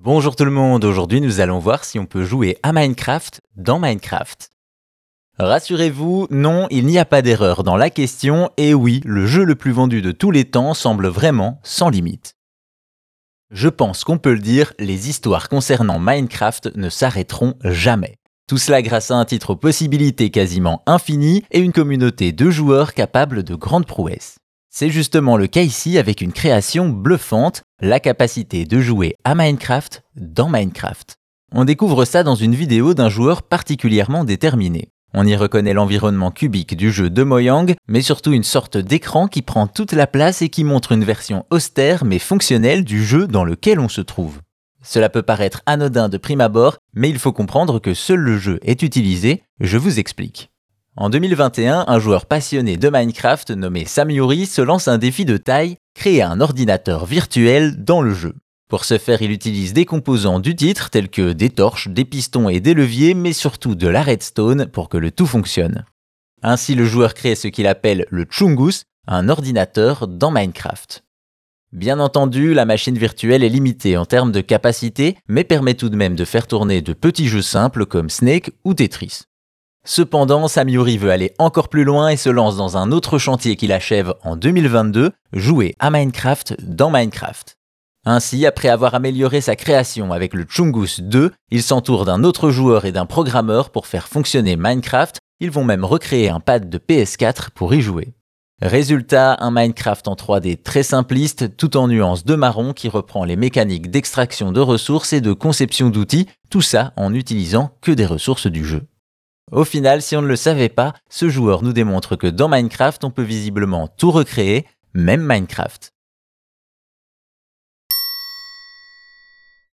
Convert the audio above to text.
Bonjour tout le monde, aujourd'hui nous allons voir si on peut jouer à Minecraft dans Minecraft. Rassurez-vous, non, il n'y a pas d'erreur dans la question et oui, le jeu le plus vendu de tous les temps semble vraiment sans limite. Je pense qu'on peut le dire, les histoires concernant Minecraft ne s'arrêteront jamais. Tout cela grâce à un titre aux possibilités quasiment infinies et une communauté de joueurs capables de grandes prouesses. C'est justement le cas ici avec une création bluffante, la capacité de jouer à Minecraft dans Minecraft. On découvre ça dans une vidéo d'un joueur particulièrement déterminé. On y reconnaît l'environnement cubique du jeu de Mojang, mais surtout une sorte d'écran qui prend toute la place et qui montre une version austère mais fonctionnelle du jeu dans lequel on se trouve. Cela peut paraître anodin de prime abord, mais il faut comprendre que seul le jeu est utilisé, je vous explique. En 2021, un joueur passionné de Minecraft nommé Samyuri se lance un défi de taille, créer un ordinateur virtuel dans le jeu. Pour ce faire, il utilise des composants du titre tels que des torches, des pistons et des leviers, mais surtout de la redstone pour que le tout fonctionne. Ainsi, le joueur crée ce qu'il appelle le Chungus, un ordinateur dans Minecraft. Bien entendu, la machine virtuelle est limitée en termes de capacité, mais permet tout de même de faire tourner de petits jeux simples comme Snake ou Tetris. Cependant, Samyuri veut aller encore plus loin et se lance dans un autre chantier qu'il achève en 2022, jouer à Minecraft dans Minecraft. Ainsi, après avoir amélioré sa création avec le Chungus 2, il s'entoure d'un autre joueur et d'un programmeur pour faire fonctionner Minecraft, ils vont même recréer un pad de PS4 pour y jouer. Résultat, un Minecraft en 3D très simpliste, tout en nuances de marron qui reprend les mécaniques d'extraction de ressources et de conception d'outils, tout ça en n'utilisant que des ressources du jeu. Au final, si on ne le savait pas, ce joueur nous démontre que dans Minecraft, on peut visiblement tout recréer, même Minecraft.